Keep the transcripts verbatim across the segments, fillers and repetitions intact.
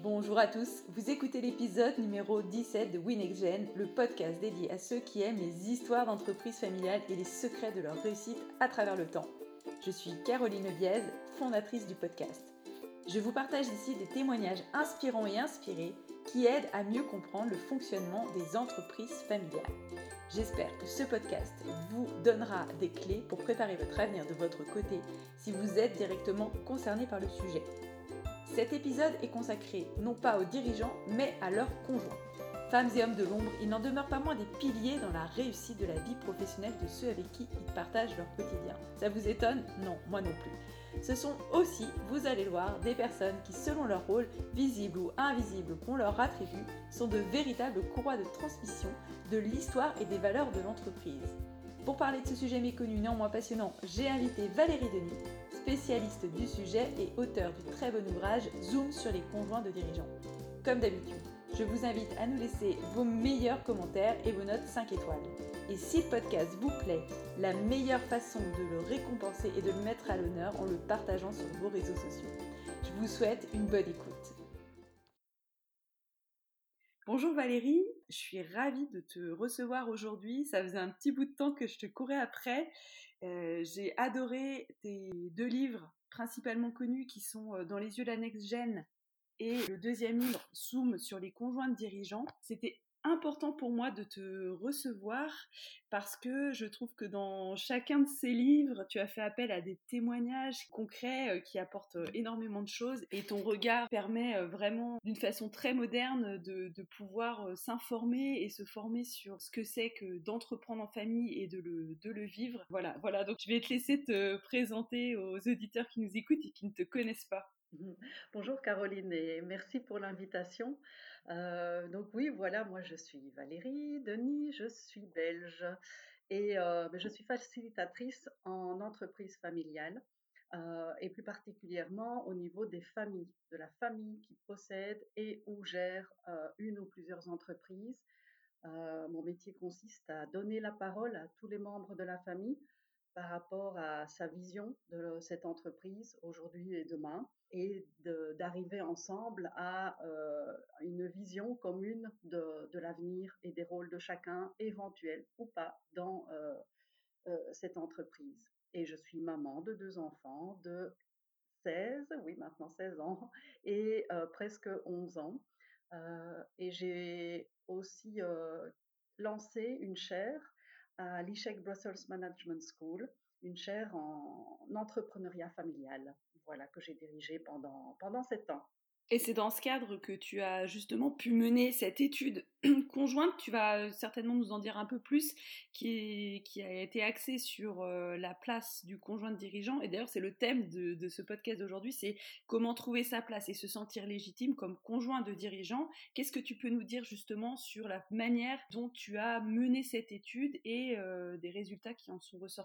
Bonjour à tous, vous écoutez l'épisode numéro dix-sept de WinXGen, le podcast dédié à ceux qui aiment les histoires d'entreprises familiales et les secrets de leur réussite à travers le temps. Je suis Caroline Viez, fondatrice du podcast. Je vous partage ici des témoignages inspirants et inspirés qui aident à mieux comprendre le fonctionnement des entreprises familiales. J'espère que ce podcast vous donnera des clés pour préparer votre avenir de votre côté si vous êtes directement concerné par le sujet. Cet épisode est consacré non pas aux dirigeants, mais à leurs conjoints. Femmes et hommes de l'ombre, il n'en demeure pas moins des piliers dans la réussite de la vie professionnelle de ceux avec qui ils partagent leur quotidien. Ça vous étonne ? Non, moi non plus. Ce sont aussi, vous allez le voir, des personnes qui, selon leur rôle, visible ou invisible qu'on leur attribue, sont de véritables courroies de transmission de l'histoire et des valeurs de l'entreprise. Pour parler de ce sujet méconnu, néanmoins passionnant, j'ai invité Valérie Denis, spécialiste du sujet et auteur du très bon ouvrage Zoom sur les conjoints de dirigeants. Comme d'habitude, je vous invite à nous laisser vos meilleurs commentaires et vos notes cinq étoiles. Et si le podcast vous plaît, la meilleure façon de le récompenser est de le mettre à l'honneur en le partageant sur vos réseaux sociaux. Je vous souhaite une bonne écoute. Bonjour Valérie, je suis ravie de te recevoir aujourd'hui. Ça faisait un petit bout de temps que je te courais après. Euh, j'ai adoré tes deux livres principalement connus qui sont Dans les yeux de la Next Gen et le deuxième livre, Zoom sur les conjoints de dirigeants. C'était important pour moi de te recevoir parce que je trouve que dans chacun de ces livres, tu as fait appel à des témoignages concrets qui apportent énormément de choses et ton regard permet vraiment d'une façon très moderne de, de pouvoir s'informer et se former sur ce que c'est que d'entreprendre en famille et de le, de le vivre. Voilà, voilà. Donc je vais te laisser te présenter aux auditeurs qui nous écoutent et qui ne te connaissent pas. Bonjour Caroline et merci pour l'invitation. Euh, donc oui, voilà, moi je suis Valérie Denis, je suis belge et euh, je suis facilitatrice en entreprise familiale euh, et plus particulièrement au niveau des familles, de la famille qui possède et ou gère euh, une ou plusieurs entreprises. Euh, mon métier consiste à donner la parole à tous les membres de la famille par rapport à sa vision de cette entreprise aujourd'hui et demain et de, d'arriver ensemble à euh, une vision commune de, de l'avenir et des rôles de chacun, éventuels ou pas, dans euh, euh, cette entreprise. Et je suis maman de deux enfants de seize, oui maintenant seize ans, et euh, presque onze ans. Euh, et j'ai aussi euh, lancé une chaire à l'E C H E C Brussels Management School, une chaire en entrepreneuriat familial, voilà, que j'ai dirigée pendant, pendant sept ans. Et c'est dans ce cadre que tu as justement pu mener cette étude conjointe, tu vas certainement nous en dire un peu plus, qui, est, qui a été axée sur euh, la place du conjoint de dirigeant. Et d'ailleurs, c'est le thème de, de ce podcast d'aujourd'hui, c'est comment trouver sa place et se sentir légitime comme conjoint de dirigeant. Qu'est-ce que tu peux nous dire justement sur la manière dont tu as mené cette étude et euh, des résultats qui en sont ressortis ?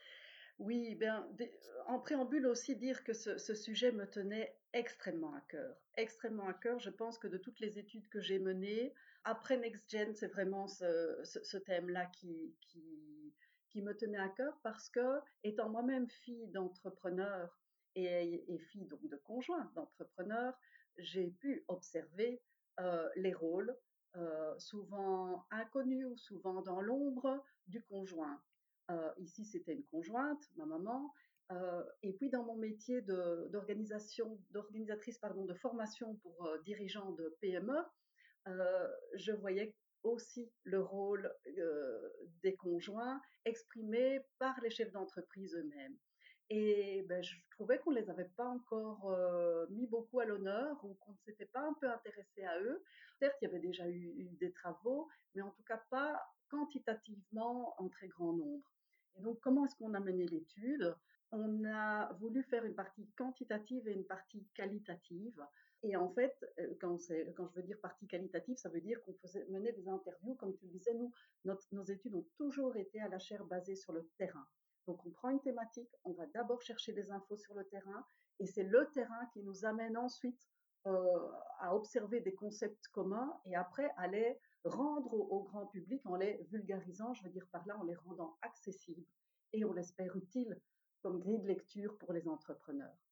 Oui, bien, en préambule aussi dire que ce, ce, sujet me tenait extrêmement à cœur. Extrêmement à cœur, je pense que de toutes les études que j'ai menées, après NextGen, c'est vraiment ce, ce, ce thème-là qui, qui, qui me tenait à cœur parce que, étant moi-même fille d'entrepreneur et, et fille donc de conjoint d'entrepreneur, j'ai pu observer euh, les rôles, euh, souvent inconnus ou souvent dans l'ombre du conjoint. Euh, ici, c'était une conjointe, ma maman. Euh, et puis, dans mon métier de, d'organisation, d'organisatrice pardon, de formation pour euh, dirigeants de P M E, euh, je voyais aussi le rôle euh, des conjoints exprimé par les chefs d'entreprise eux-mêmes. Et ben, je trouvais qu'on ne les avait pas encore euh, mis beaucoup à l'honneur ou qu'on ne s'était pas un peu intéressé à eux. Certes, il y avait déjà eu, eu des travaux, mais en tout cas pas quantitativement en très grand nombre. Et donc, comment est-ce qu'on a mené l'étude? On a voulu faire une partie quantitative et une partie qualitative. Et en fait, euh, quand, c'est, quand je veux dire partie qualitative, ça veut dire qu'on faisait, menait des interviews. Comme tu le disais, nous, notre, nos études ont toujours été à la chaire basées sur le terrain. Donc, on prend une thématique, on va d'abord chercher des infos sur le terrain, et c'est le terrain qui nous amène ensuite euh, à observer des concepts communs et après à les rendre au, au grand public en les vulgarisant, je veux dire par là, en les rendant accessibles et on l'espère utiles comme grille de lecture pour les entrepreneurs.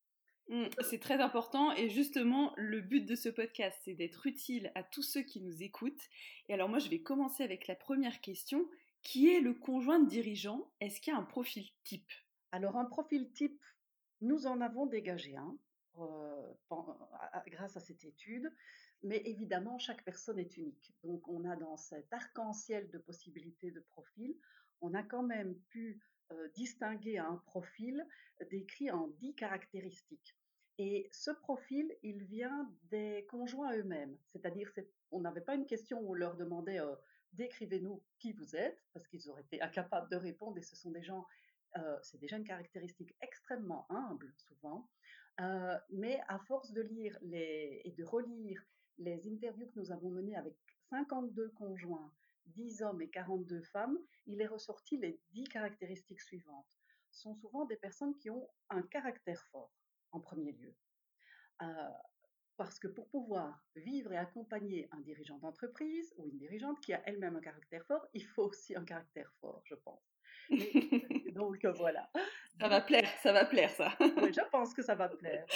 Mmh, c'est très important et justement, le but de ce podcast, c'est d'être utile à tous ceux qui nous écoutent. Et alors moi, je vais commencer avec la première question. Qui est le conjoint de dirigeant? Est-ce qu'il y a un profil type? Alors un profil type, nous en avons dégagé un, heu, pen à à grâce à cette étude, mais évidemment chaque personne est unique. Donc on a dans cet arc-en-ciel de possibilités de profils, on a quand même pu, heu, distinguer un profil décrit en dix caractéristiques et ce profil, il vient des conjoints eux-mêmes. C'est-à-dire c'est on n'avait pas une question où on leur demandait, heu: «Décrivez-nous qui vous êtes», parce qu'ils auraient été incapables de répondre et ce sont des gens Heu, c'est déjà une caractéristique extrêmement humble souvent, heu, mais à force de lire les et de relire les interviews que nous avons menées avec cinquante-deux conjoints, dix hommes et quarante-deux femmes, il est ressorti les dix caractéristiques suivantes. Ce sont souvent des personnes qui ont un caractère fort, en premier lieu. Heu, Parce que pour pouvoir vivre et accompagner un dirigeant d'entreprise ou une dirigeante qui a elle-même un caractère fort, il faut aussi un caractère fort, je pense. Mais donc voilà. Ça va plaire, ça va plaire ça. Oui, je pense que ça va plaire.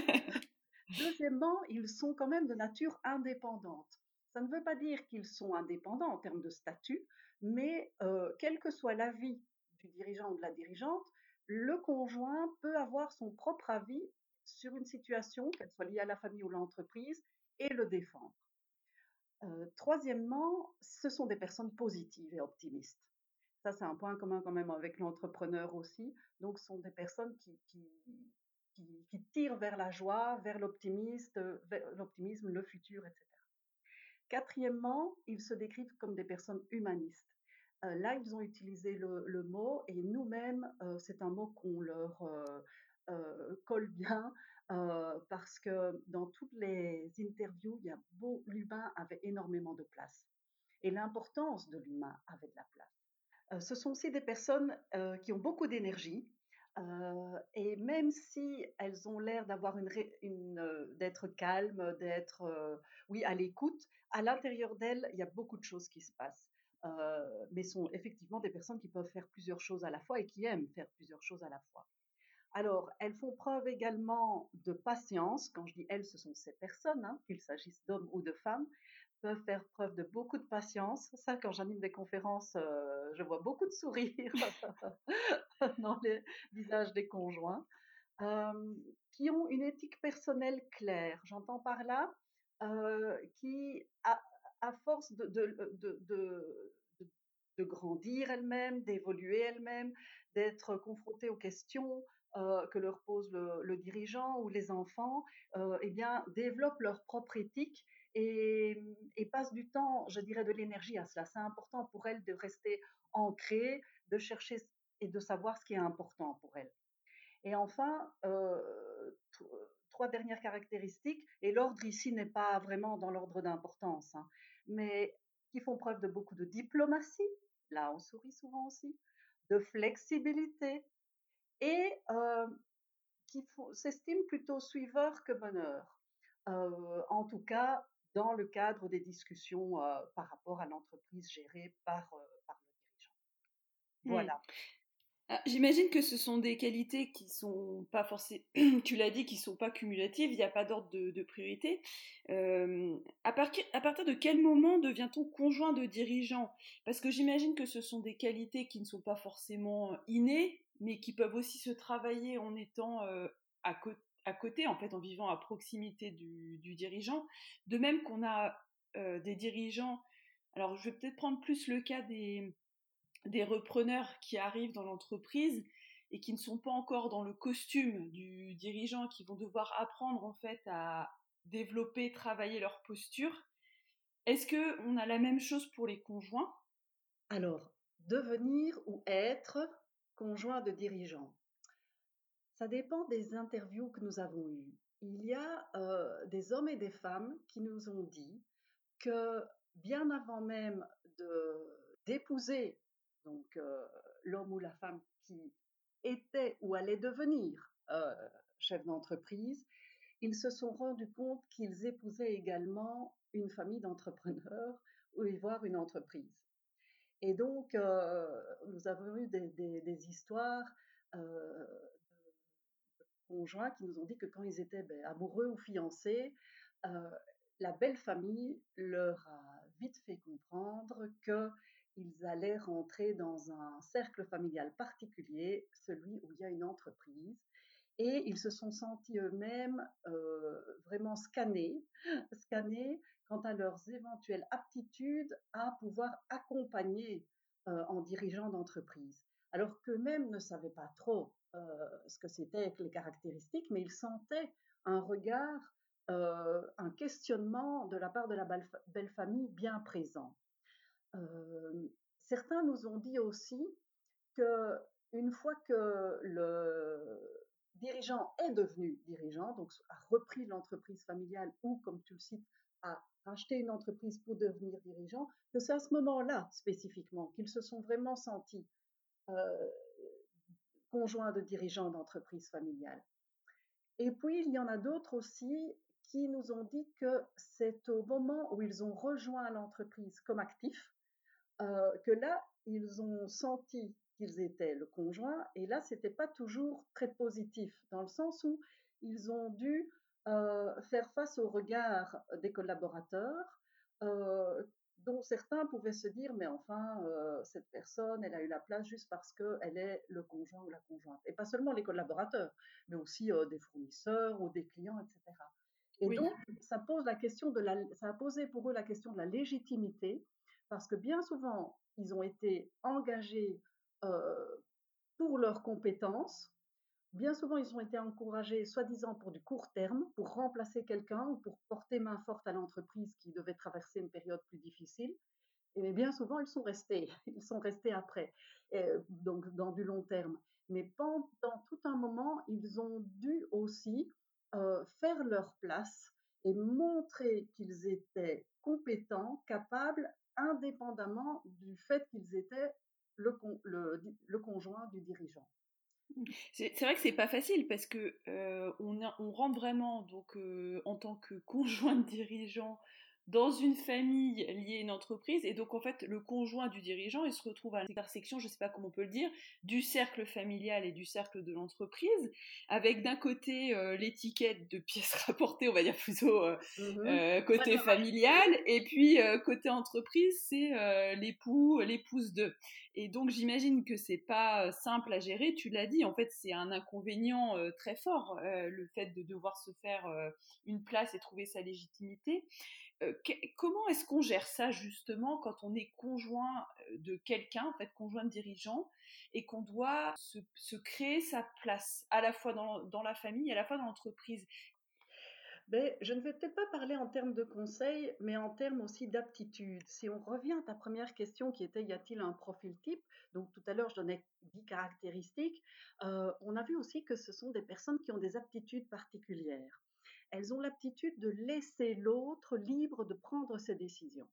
Deuxièmement, ils sont quand même de nature indépendante. Ça ne veut pas dire qu'ils sont indépendants en termes de statut, mais euh, quel que soit l'avis du dirigeant ou de la dirigeante, le conjoint peut avoir son propre avis sur une situation, qu'elle soit liée à la famille ou l'entreprise, et le défendre. Euh, troisièmement, ce sont des personnes positives et optimistes. Ça, c'est un point commun quand même avec l'entrepreneur aussi. Donc, ce sont des personnes qui, qui, qui, qui tirent vers la joie, vers l'optimisme, vers l'optimisme, le futur, et cetera. Quatrièmement, ils se décrivent comme des personnes humanistes. Euh, là, ils ont utilisé le, le mot et nous-mêmes, euh, c'est un mot qu'on leur euh, euh, colle bien euh, parce que dans toutes les interviews, il y a beau, l'humain avait énormément de place et l'importance de l'humain avait de la place. Euh, ce sont aussi des personnes euh, qui ont beaucoup d'énergie. Euh, et même si elles ont l'air d'avoir une, une euh, d'être calmes, d'être euh, oui à l'écoute, à l'intérieur d'elles, il y a beaucoup de choses qui se passent. Euh, mais sont effectivement des personnes qui peuvent faire plusieurs choses à la fois et qui aiment faire plusieurs choses à la fois. Alors, elles font preuve également de patience. Quand je dis elles, ce sont ces personnes, hein, qu'il s'agisse d'hommes ou de femmes, peuvent faire preuve de beaucoup de patience. Ça, quand j'anime des conférences, euh, je vois beaucoup de sourires dans les visages des conjoints, euh, qui ont une éthique personnelle claire. J'entends par là euh, qui, à, à force de, de, de, de de grandir elles-mêmes, d'évoluer elles-mêmes, d'être confrontées aux questions euh, que leur pose le, le, dirigeant ou les enfants, euh, eh bien, développent leur propre éthique et, et passent du temps, je dirais, de l'énergie à cela. C'est important pour elles de rester ancrées, de chercher et de savoir ce qui est important pour elles. Et enfin, euh, trois dernières caractéristiques, et l'ordre ici n'est pas vraiment dans l'ordre d'importance, hein, mais qui font preuve de beaucoup de diplomatie, là on sourit souvent aussi, de flexibilité, et euh, qui s'estiment plutôt suiveurs que meneurs. Euh, en tout cas, dans le cadre des discussions euh, par rapport à l'entreprise gérée par, euh, par le dirigeant. Hmm. Voilà. Ah, j'imagine que ce sont des qualités qui sont pas forcément, tu l'as dit, qui sont pas cumulatives, il n'y a pas d'ordre de, de priorité. Euh, à, partir, à partir de quel moment devient-on conjoint de dirigeant? Parce que j'imagine que ce sont des qualités qui ne sont pas forcément innées, mais qui peuvent aussi se travailler en étant euh, à, co- à côté, en fait, en vivant à proximité du, du dirigeant. De même qu'on a euh, des dirigeants. Alors, je vais peut-être prendre plus le cas des des repreneurs qui arrivent dans l'entreprise et qui ne sont pas encore dans le costume du dirigeant, qui vont devoir apprendre en fait à développer, travailler leur posture. Est-ce que on a la même chose pour les conjoints? Alors, devenir ou être conjoint de dirigeant. Ça dépend des interviews que nous avons eues. Il y a euh, des hommes et des femmes qui nous ont dit que bien avant même de d'épouser donc euh, l'homme ou la femme qui était ou allait devenir euh, chef d'entreprise, ils se sont rendus compte qu'ils épousaient également une famille d'entrepreneurs ou voire une entreprise. Et donc, euh, nous avons eu des, des, des histoires euh, conjoints qui nous ont dit que quand ils étaient ben, amoureux ou fiancés, euh, la belle famille leur a vite fait comprendre qu'ils allaient rentrer dans un cercle familial particulier, celui où il y a une entreprise. Et ils se sont sentis eux-mêmes euh, vraiment scannés, scannés quant à leurs éventuelles aptitudes à pouvoir accompagner euh, en dirigeant d'entreprise. Alors qu'eux-mêmes ne savaient pas trop euh, ce que c'était que les caractéristiques, mais ils sentaient un regard, euh, un questionnement de la part de la belle famille bien présent. Euh, Certains nous ont dit aussi que une fois que le dirigeant est devenu dirigeant, donc a repris l'entreprise familiale ou, comme tu le cites, a racheté une entreprise pour devenir dirigeant, que c'est à ce moment-là spécifiquement qu'ils se sont vraiment sentis euh, conjoints de dirigeants d'entreprise familiale. Et puis, il y en a d'autres aussi qui nous ont dit que c'est au moment où ils ont rejoint l'entreprise comme actifs euh, que là, ils ont senti qu'ils étaient le conjoint, et là, c'était pas toujours très positif, dans le sens où ils ont dû euh, faire face au regard des collaborateurs, euh, dont certains pouvaient se dire, mais enfin, euh, cette personne, elle a eu la place juste parce qu'elle est le conjoint ou la conjointe. Et pas seulement les collaborateurs, mais aussi euh, des fournisseurs ou des clients, et cetera. Et Oui. donc, ça pose la question de la, ça a posé pour eux la question de la légitimité, parce que bien souvent, ils ont été engagés euh, pour leurs compétences. Bien souvent, ils ont été encouragés, soi-disant, pour du court terme, pour remplacer quelqu'un ou pour porter main forte à l'entreprise qui devait traverser une période plus difficile. Et bien souvent, ils sont restés. Ils sont restés après, et donc dans du long terme. Mais pendant tout un moment, ils ont dû aussi euh, faire leur place et montrer qu'ils étaient compétents, capables, indépendamment du fait qu'ils étaient le, le, le conjoint du dirigeant. C'est c'est vrai que c'est pas facile parce que euh, on, a- on rentre vraiment donc euh, en tant que conjoint de dirigeant dans une famille liée à une entreprise et donc en fait le conjoint du dirigeant il se retrouve à l'intersection, je sais pas comment on peut le dire, du cercle familial et du cercle de l'entreprise avec d'un côté euh, l'étiquette de pièces rapportées, on va dire plutôt euh, Mhm. euh, côté familial et puis euh, côté entreprise c'est euh, l'époux, l'épouse de. Et donc j'imagine que c'est pas simple à gérer. Tu l'as dit, en fait c'est un inconvénient euh, très fort, euh, le fait de devoir se faire euh, une place et trouver sa légitimité. Euh, que- comment est-ce qu'on gère ça justement quand on est conjoint euh, de quelqu'un, en fait conjoint de dirigeant, et qu'on doit se, se créer sa place à la fois dans, dans la famille et à la fois dans l'entreprise? Ben, je ne vais peut-être pas parler en termes de conseils, mais en termes aussi d'aptitude. Si on revient à ta première question qui était y a-t-il un profil type? Donc tout à l'heure je donnais dix caractéristiques. Euh, on a vu aussi que ce sont des personnes qui ont des aptitudes particulières. Elles ont l'aptitude de laisser l'autre libre de prendre ses décisions.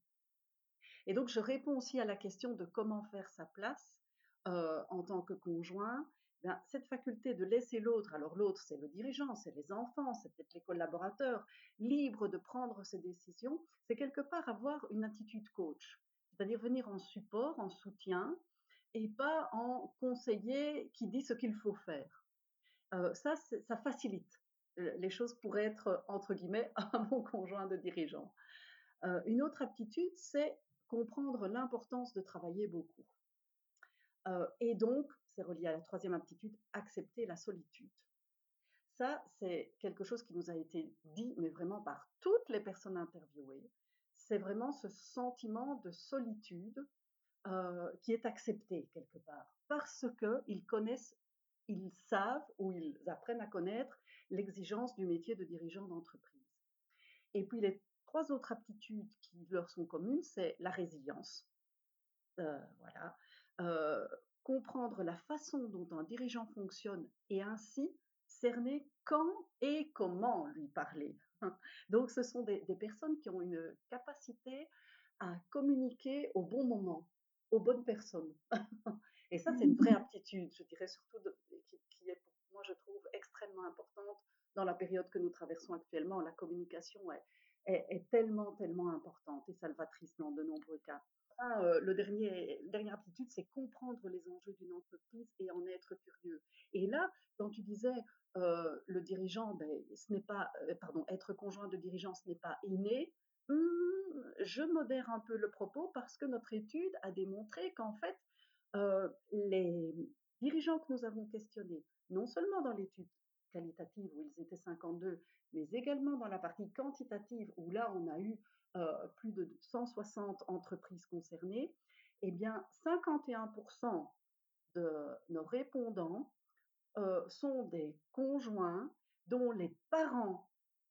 Et donc, je réponds aussi à la question de comment faire sa place euh, en tant que conjoint. Ben, cette faculté de laisser l'autre, alors l'autre, c'est le dirigeant, c'est les enfants, c'est peut-être les collaborateurs, libre de prendre ses décisions, c'est quelque part avoir une attitude coach, c'est-à-dire venir en support, en soutien, et pas en conseiller qui dit ce qu'il faut faire. Euh, ça, ça facilite les choses pour être, entre guillemets, un bon conjoint de dirigeant. Euh, une autre aptitude, c'est comprendre l'importance de travailler beaucoup. Euh, et donc, c'est relié à la troisième aptitude, accepter la solitude. Ça, c'est quelque chose qui nous a été dit, mais vraiment par toutes les personnes interviewées. C'est vraiment ce sentiment de solitude euh, qui est accepté quelque part, parce qu'ils connaissent, ils savent ou ils apprennent à connaître l'exigence du métier de dirigeant d'entreprise. Et puis les trois autres aptitudes qui leur sont communes, c'est la résilience, euh, voilà, euh, comprendre la façon dont un dirigeant fonctionne et ainsi cerner quand et comment lui parler. Donc ce sont des, des personnes qui ont une capacité à communiquer au bon moment, aux bonnes personnes. Et ça, c'est une vraie aptitude, je dirais surtout, de, qui, qui est pour moi, je trouve, extrêmement importante dans la période que nous traversons actuellement. La communication est, est, est tellement, tellement importante et salvatrice dans de nombreux cas. Enfin, euh, le dernier, la dernière aptitude, c'est comprendre les enjeux d'une entreprise et en être curieux. Et là, quand tu disais euh, le dirigeant, ben, ce n'est pas, euh, pardon, être conjoint de dirigeant, ce n'est pas inné. Hum, je modère un peu le propos parce que notre étude a démontré qu'en fait, euh, les dirigeants que nous avons questionnés, non seulement dans l'étude qualitative où ils étaient cinquante-deux, mais également dans la partie quantitative où là on a eu euh, plus de cent soixante entreprises concernées, eh bien cinquante et un pour cent de nos répondants euh, sont des conjoints dont les parents,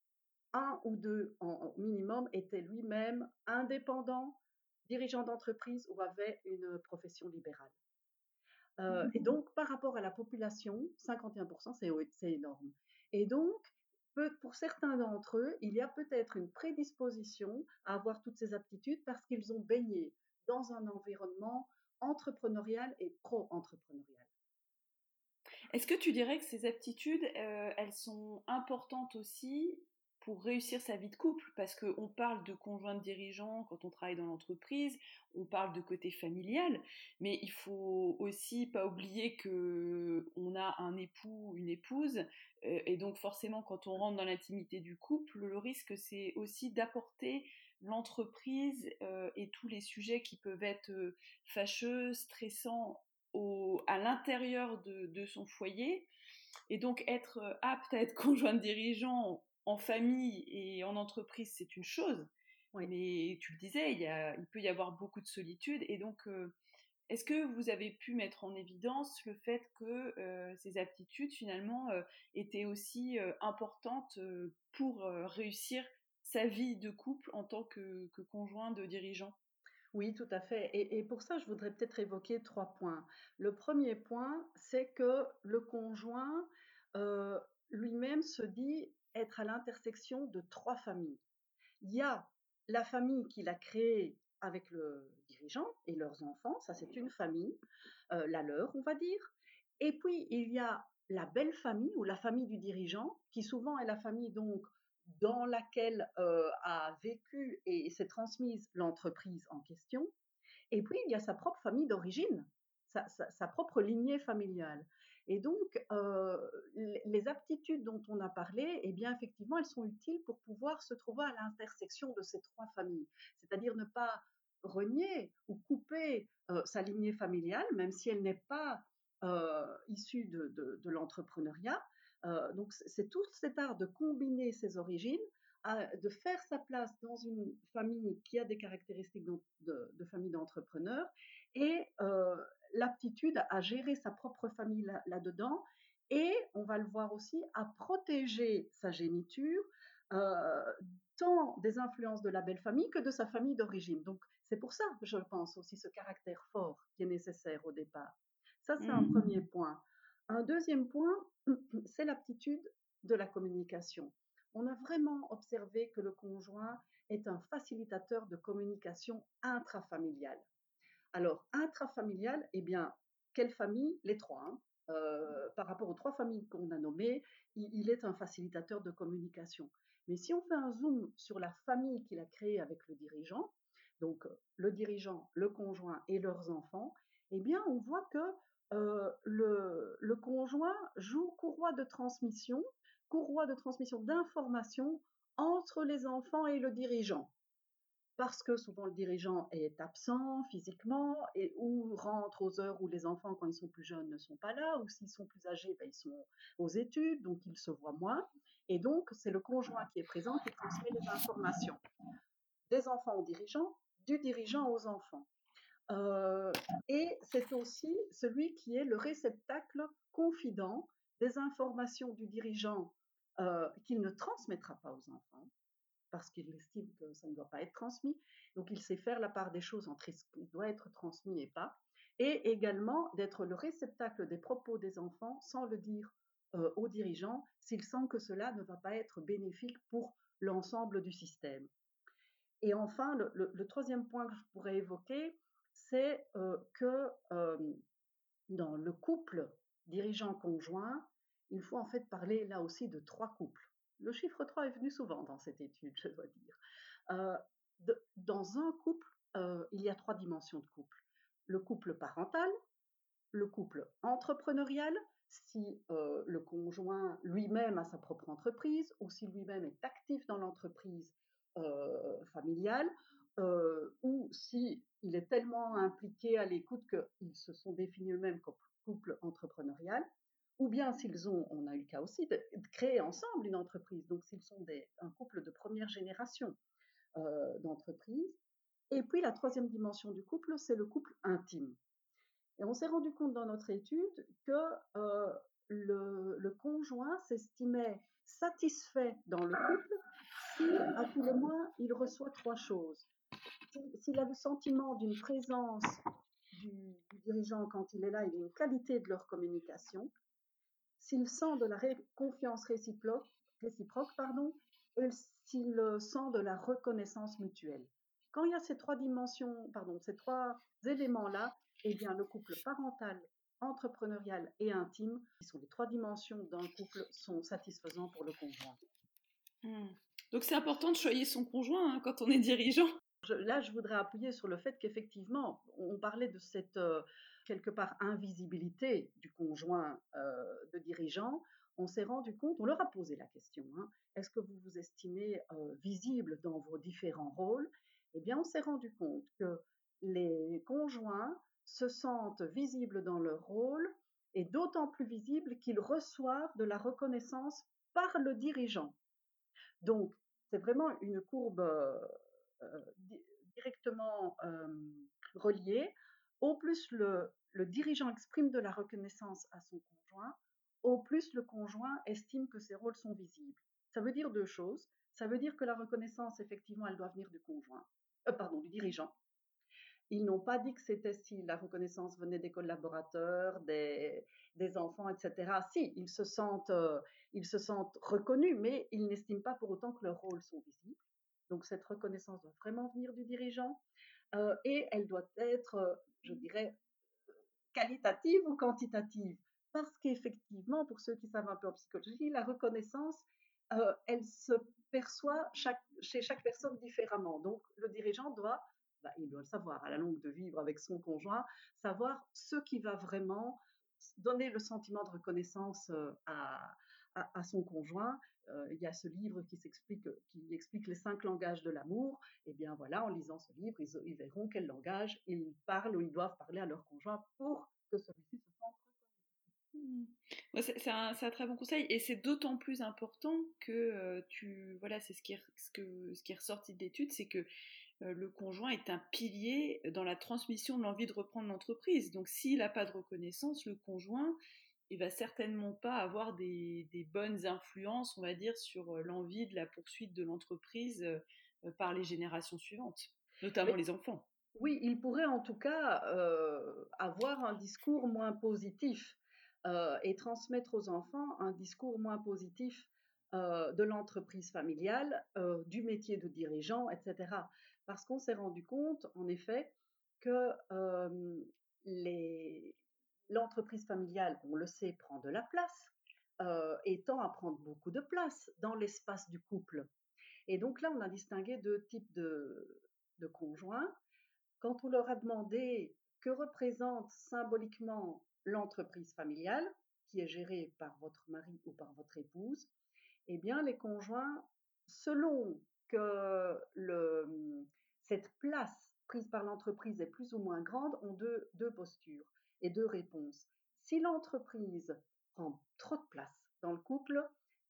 un ou deux en minimum, étaient lui-même indépendants, dirigeants d'entreprise ou avaient une profession libérale. Euh, et donc, par rapport à la population, cinquante et un pour cent, c'est, c'est énorme. Et donc, peut, pour certains d'entre eux, il y a peut-être une prédisposition à avoir toutes ces aptitudes parce qu'ils ont baigné dans un environnement entrepreneurial et pro-entrepreneurial. Est-ce que tu dirais que ces aptitudes, euh, elles sont importantes aussi pour réussir sa vie de couple? Parce qu'on parle de conjoint de dirigeant quand on travaille dans l'entreprise, on parle de côté familial, mais il faut aussi pas oublier que on a un époux, une épouse, euh, et donc forcément quand on rentre dans l'intimité du couple, le risque c'est aussi d'apporter l'entreprise euh, et tous les sujets qui peuvent être euh, fâcheux, stressants au, à l'intérieur de, de son foyer, et donc être apte à être conjoint de dirigeant en famille et en entreprise, c'est une chose, Oui. mais tu le disais, il, y a, il peut y avoir beaucoup de solitude, et donc euh, est-ce que vous avez pu mettre en évidence le fait que euh, ces aptitudes finalement euh, étaient aussi euh, importantes euh, pour euh, réussir sa vie de couple en tant que, que conjoint de dirigeant? Oui, tout à fait. Et, et pour ça, je voudrais peut-être évoquer trois points. Le premier point, c'est que le conjoint euh, lui-même se dit être à l'intersection de trois familles. Il y a la famille qu'il a créée avec le dirigeant et leurs enfants, ça c'est une famille, euh, la leur, on va dire. Et puis il y a la belle famille ou la famille du dirigeant, qui souvent est la famille donc dans laquelle euh, a vécu et s'est transmise l'entreprise en question. Et puis, il y a sa propre famille d'origine, sa, sa, sa propre lignée familiale. Et donc, euh, les aptitudes dont on a parlé, eh bien, effectivement, elles sont utiles pour pouvoir se trouver à l'intersection de ces trois familles. C'est-à-dire ne pas renier ou couper euh, sa lignée familiale, même si elle n'est pas euh, issue de, de, de l'entrepreneuriat. Euh, donc, c'est tout cet art de combiner ses origines, à, de faire sa place dans une famille qui a des caractéristiques de, de, de famille d'entrepreneurs et euh, l'aptitude à gérer sa propre famille là, là-dedans et, on va le voir aussi, à protéger sa géniture euh, tant des influences de la belle famille que de sa famille d'origine. Donc, c'est pour ça, je pense, aussi ce caractère fort qui est nécessaire au départ. Ça, c'est un Mmh. premier point. Un deuxième point, c'est l'aptitude de la communication. On a vraiment observé que le conjoint est un facilitateur de communication intrafamiliale. Alors, intrafamiliale, eh bien, quelle famille? Les trois. Hein. Euh, par rapport aux trois familles qu'on a nommées, il, il, est un facilitateur de communication. Mais si on fait un zoom sur la famille qu'il a créée avec le dirigeant, donc le dirigeant, le conjoint et leurs enfants, eh bien, on voit que euh, le, le conjoint joue courroie de transmission, courroie de transmission d'informations entre les enfants et le dirigeant parce que souvent le dirigeant est absent physiquement et ou rentre aux heures où les enfants, quand ils sont plus jeunes, ne sont pas là, ou s'ils sont plus âgés, ben, ils sont aux études, donc ils se voient moins. Et donc, c'est le conjoint qui est présent qui transmet les informations des enfants aux dirigeants, du dirigeant aux enfants. Euh, et c'est aussi celui qui est le réceptacle confident des informations du dirigeant euh, qu'il ne transmettra pas aux enfants parce qu'il estime que ça ne doit pas être transmis. Donc il sait faire la part des choses entre ce qui doit être transmis et pas. Et également d'être le réceptacle des propos des enfants sans le dire euh, aux dirigeants s'il sent que cela ne va pas être bénéfique pour l'ensemble du système. Et enfin, le, le, le troisième point que je pourrais évoquer, c'est euh, que euh, dans le couple dirigeant-conjoint, il faut en fait parler là aussi de trois couples. Le chiffre trois est venu souvent dans cette étude, je dois dire. Euh, de- dans un couple, euh, il y a trois dimensions de couple. Le couple parental, le couple entrepreneurial, si euh, le conjoint lui-même a sa propre entreprise ou si lui-même est actif dans l'entreprise euh, familiale, euh, ou si il est tellement impliqué à l'écoute qu'ils se sont définis eux-mêmes comme couple entrepreneurial, ou bien s'ils ont, on a eu le cas aussi, de, de créer ensemble une entreprise, donc s'ils sont des, un couple de première génération euh, d'entreprise. Et puis la troisième dimension du couple, c'est le couple intime. Et on s'est rendu compte dans notre étude que euh, le, le conjoint s'estimait satisfait dans le couple si, à tout le moins, il reçoit trois choses. S'il a le sentiment d'une présence du, du dirigeant quand il est là, il y a une qualité de leur communication, s'il sent de la ré- confiance réciproque, réciproque pardon, et s'il sent de la reconnaissance mutuelle. Quand il y a ces trois dimensions, pardon, ces trois éléments-là, eh bien, le couple parental, entrepreneurial et intime, qui sont les trois dimensions d'un couple, sont satisfaisants pour le conjoint. Hmm. Donc c'est important de choisir son conjoint hein, quand on est dirigeant. Je, là, je voudrais appuyer sur le fait qu'effectivement, on parlait de cette, euh, quelque part, invisibilité du conjoint euh, de dirigeant. On s'est rendu compte, on leur a posé la question, hein, est-ce que vous vous estimez euh, visible dans vos différents rôles? Eh bien, on s'est rendu compte que les conjoints se sentent visibles dans leur rôle et d'autant plus visibles qu'ils reçoivent de la reconnaissance par le dirigeant. Donc, c'est vraiment une courbe euh, euh, di- directement euh, reliée. Au plus le, le dirigeant exprime de la reconnaissance à son conjoint, au plus le conjoint estime que ses rôles sont visibles. Ça veut dire deux choses. Ça veut dire que la reconnaissance, effectivement, elle doit venir du conjoint, euh, pardon, du dirigeant. Ils n'ont pas dit que c'était si la reconnaissance venait des collaborateurs, des, des enfants, et cetera. Si, ils se sentent, euh, ils se sentent reconnus, mais ils n'estiment pas pour autant que leurs rôles sont visibles. Donc cette reconnaissance doit vraiment venir du dirigeant euh, et elle doit être, euh, je dirais, qualitative ou quantitative. Parce qu'effectivement, pour ceux qui savent un peu en psychologie, la reconnaissance, euh, elle se perçoit chaque, chez chaque personne différemment. Donc le dirigeant doit, bah, il doit le savoir à la longue de vivre avec son conjoint, savoir ce qui va vraiment donner le sentiment de reconnaissance euh, à, à, à, son conjoint. Euh, il y a ce livre qui, s'explique, qui explique les cinq langages de l'amour. Et bien voilà, en lisant ce livre, ils, ils verront quel langage ils parlent ou ils doivent parler à leur conjoint pour que celui-ci se sente Mmh. Ouais, c'est c'est un, c'est un très bon conseil et c'est d'autant plus important que euh, tu voilà c'est ce qui est, ce que ce qui est ressorti de l'étude c'est que euh, le conjoint est un pilier dans la transmission de l'envie de reprendre l'entreprise. Donc s'il n'a pas de reconnaissance, le conjoint il va certainement pas avoir des, des bonnes influences, on va dire, sur euh, l'envie de la poursuite de l'entreprise euh, par les générations suivantes, notamment mais les enfants. oui, il pourrait en tout cas euh, avoir un discours moins positif euh, et transmettre aux enfants un discours moins positif euh, de l'entreprise familiale, euh, du métier de dirigeant, et cetera. Parce qu'on s'est rendu compte, en effet, que euh, les, l'entreprise familiale, on le sait, prend de la place euh, et tend à prendre beaucoup de place dans l'espace du couple. Et donc là, on a distingué deux types de, de conjoints. Quand on leur a demandé que représente symboliquement l'entreprise familiale, qui est gérée par votre mari ou par votre épouse, eh bien, les conjoints, selon que le, cette place prise par l'entreprise est plus ou moins grande, ont deux, deux postures et deux réponses. Si l'entreprise prend trop de place dans le couple,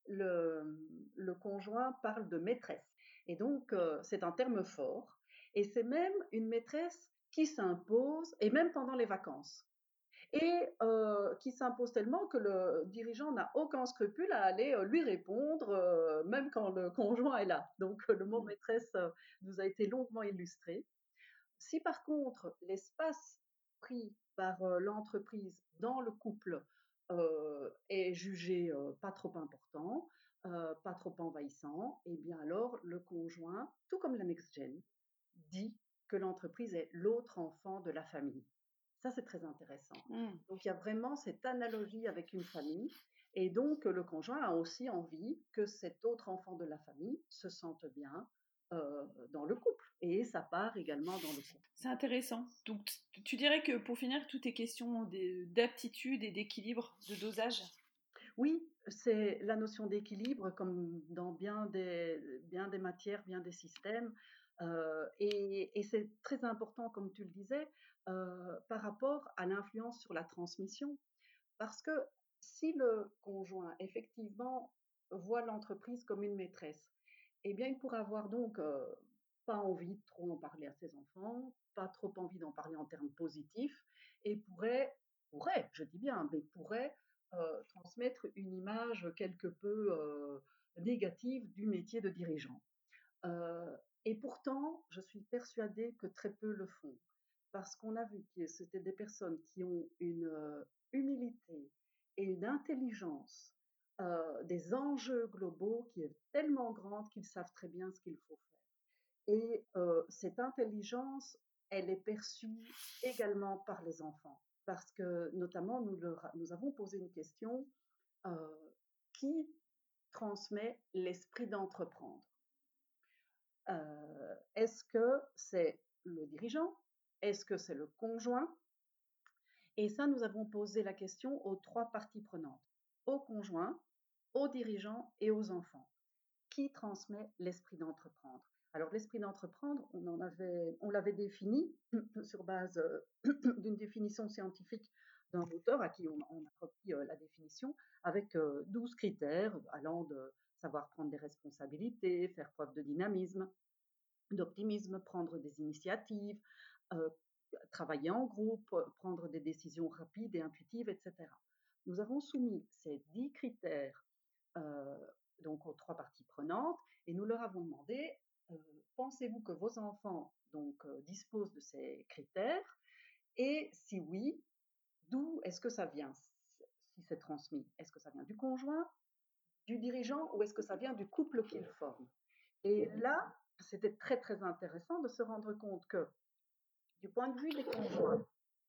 le, le conjoint parle de maîtresse. Et donc, euh, c'est un terme fort. Et c'est même une maîtresse qui s'impose, et même pendant les vacances et euh, qui s'impose tellement que le dirigeant n'a aucun scrupule à aller euh, lui répondre, euh, même quand le conjoint est là. Donc le mot maîtresse euh, nous a été longuement illustré. Si par contre l'espace pris par euh, l'entreprise dans le couple euh, est jugé euh, pas trop important, euh, pas trop envahissant, et eh bien alors le conjoint, tout comme la next gen, dit que l'entreprise est l'autre enfant de la famille. Ça, c'est très intéressant. Mmh. Donc, il y a vraiment cette analogie avec une famille. Et donc, le conjoint a aussi envie que cet autre enfant de la famille se sente bien euh, dans le couple. Et ça part également dans le couple. C'est intéressant. Donc, t- tu dirais que pour finir, tout est question des- d'aptitude et d'équilibre, de dosage. Oui, c'est la notion d'équilibre comme dans bien des, bien des matières, bien des systèmes. Euh, et et c'est très important, comme tu le disais, euh, par rapport à l'influence sur la transmission. Parce que si le conjoint, effectivement, voit l'entreprise comme une maîtresse, eh bien, il pourrait avoir donc euh, pas envie de trop en parler à ses enfants, pas trop envie d'en parler en termes positifs, et pourrait, pourrait, je dis bien, mais pourrait euh, transmettre une image quelque peu euh, négative du métier de dirigeant. Euh, et pourtant, je suis persuadée que très peu le font, parce qu'on a vu que c'était des personnes qui ont une euh, humilité et une intelligence euh, des enjeux globaux qui est tellement grande qu'ils savent très bien ce qu'il faut faire. Et euh, cette intelligence, elle est perçue également par les enfants, parce que notamment nous, leur, nous avons posé une question euh, qui transmet l'esprit d'entreprendre. Euh, est-ce que c'est le dirigeant? Est-ce que c'est le conjoint? Et ça, nous avons posé la question aux trois parties prenantes, au conjoint, aux dirigeants et aux enfants. Qui transmet l'esprit d'entreprendre? Alors, l'esprit d'entreprendre, on, en avait, on l'avait défini sur base euh, d'une définition scientifique d'un auteur à qui on, on a repris euh, la définition avec euh, douze critères allant de savoir prendre des responsabilités, faire preuve de dynamisme, d'optimisme, prendre des initiatives, euh, travailler en groupe, prendre des décisions rapides et intuitives, et cetera. Nous avons soumis ces dix critères euh, donc aux trois parties prenantes et nous leur avons demandé euh, pensez-vous que vos enfants donc euh, disposent de ces critères et si oui, d'où est-ce que ça vient si c'est transmis? Est-ce que ça vient du conjoint, du dirigeant ou est-ce que ça vient du couple qu'ils forment? Et là, c'était très très intéressant de se rendre compte que du point de vue des conjoints,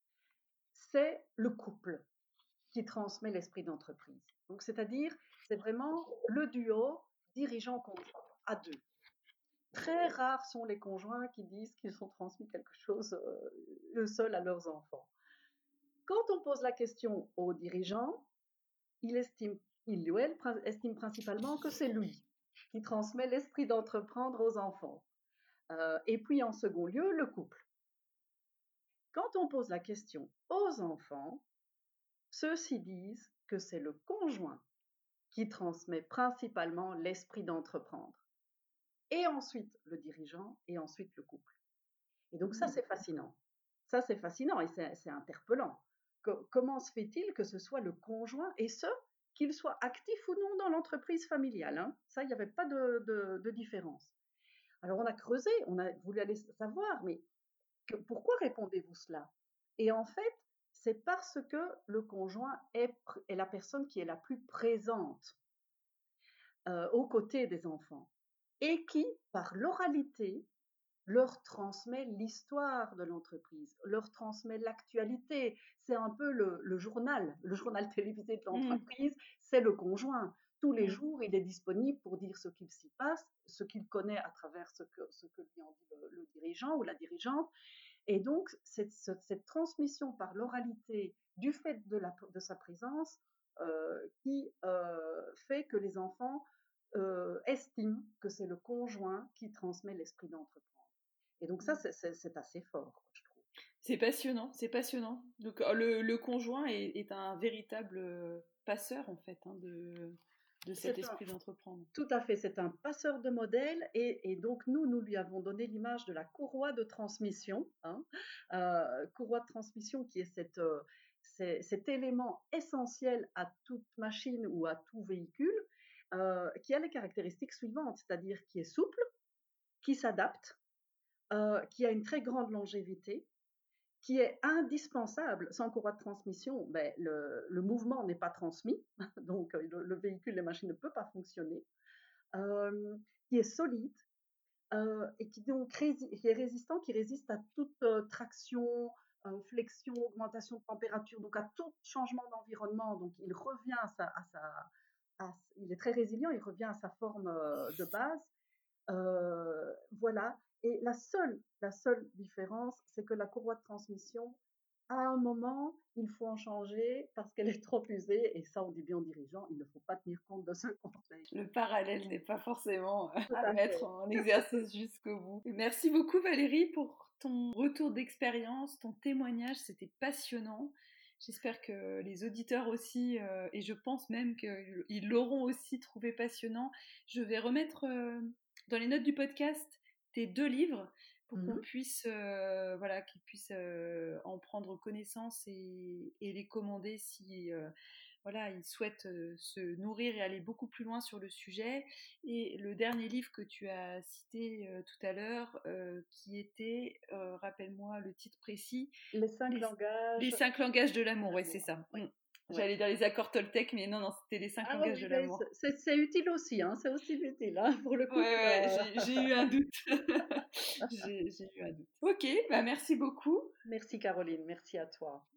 c'est le couple qui transmet l'esprit d'entreprise. Donc, c'est-à-dire, c'est vraiment le duo dirigeant-conjoint à deux. Très rares sont les conjoints qui disent qu'ils ont transmis quelque chose euh, eux seuls à leurs enfants. Quand on pose la question au dirigeant, il estime, il ou elle estime principalement que c'est lui qui transmet l'esprit d'entreprendre aux enfants. Euh, et puis, en second lieu, le couple. Quand on pose la question aux enfants, ceux-ci disent que c'est le conjoint qui transmet principalement l'esprit d'entreprendre, et ensuite le dirigeant, et ensuite le couple. Et donc ça, c'est fascinant. Ça, c'est fascinant et c'est, c'est interpellant. Co- comment se fait-il que ce soit le conjoint, et ce, qu'il soit actif ou non dans l'entreprise familiale, hein? Ça, il n'y avait pas de, de, de différence. Alors on a creusé, on a voulu aller savoir, mais que, pourquoi répondez-vous cela? Et en fait, c'est parce que le conjoint est, est la personne qui est la plus présente euh, aux côtés des enfants et qui, par l'oralité, leur transmet l'histoire de l'entreprise, leur transmet l'actualité. C'est un peu le, le journal, le journal télévisé de Mmh, l'entreprise, c'est le conjoint. Tous les mmh. jours, il est disponible pour dire ce qu'il s'y passe, ce qu'il connaît à travers ce que, ce que lui en dit le, le dirigeant ou la dirigeante. Et donc, cette, cette, cette transmission par l'oralité du fait de, la, de sa présence euh, qui euh, fait que les enfants euh, estiment que c'est le conjoint qui transmet l'esprit d'entreprendre. Et donc ça, c'est, c'est, c'est assez fort, je trouve. C'est passionnant, c'est passionnant. Donc euh, le, le conjoint est, est un véritable euh, passeur en fait hein, de, de cet C'est un, esprit d'entreprendre. tout à fait, c'est un passeur de modèles et, et donc nous, nous lui avons donné l'image de la courroie de transmission, hein, euh, courroie de transmission qui est cette, euh, c'est, cet élément essentiel à toute machine ou à tout véhicule, euh, qui a les caractéristiques suivantes, c'est-à-dire qui est souple, qui s'adapte, euh, qui a une très grande longévité, qui est indispensable. Sans courroie de transmission, ben, le, le mouvement n'est pas transmis, donc le, le véhicule, les machines ne peuvent pas fonctionner, euh, qui est solide euh, et qui, donc, rési- qui est résistant, qui résiste à toute euh, traction, euh, flexion, augmentation de température, donc à tout changement d'environnement. Donc il revient à sa, à sa à- il est très résilient, il revient à sa forme euh, de base. Euh, voilà. Et la seule, la seule différence, c'est que la courroie de transmission, à un moment, il faut en changer parce qu'elle est trop usée. Et ça, on dit bien aux dirigeants, il ne faut pas tenir compte de ce conseil. Le parallèle n'est pas forcément euh, Tout à à mettre fait. en exercice jusqu'au bout. Merci beaucoup Valérie pour ton retour d'expérience, ton témoignage, c'était passionnant. J'espère que les auditeurs aussi, euh, et je pense même qu'ils l'auront aussi trouvé passionnant. Je vais remettre euh, dans les notes du podcast tes deux livres pour qu'on Mhm. puisse, euh, voilà, qu'ils puissent euh, en prendre connaissance et, et les commander si euh, voilà, ils souhaitent euh, se nourrir et aller beaucoup plus loin sur le sujet. Et le dernier livre que tu as cité euh, tout à l'heure, euh, qui était, euh, rappelle-moi le titre précis, Les cinq les, les langages cinq langages de de l'amour, oui, c'est l'amour. ça. Oui, Mm. oui. J'allais dire les accords Toltec, mais non, non, c'était les cinq Ah langages oui, de mais l'amour. c'est c'est utile aussi, hein, c'est aussi utile hein, pour le Ouais, couple. ouais, euh. j'ai, j'ai eu un doute. j'ai, j'ai eu un doute. Ok, bah merci beaucoup. Merci Caroline, merci à toi.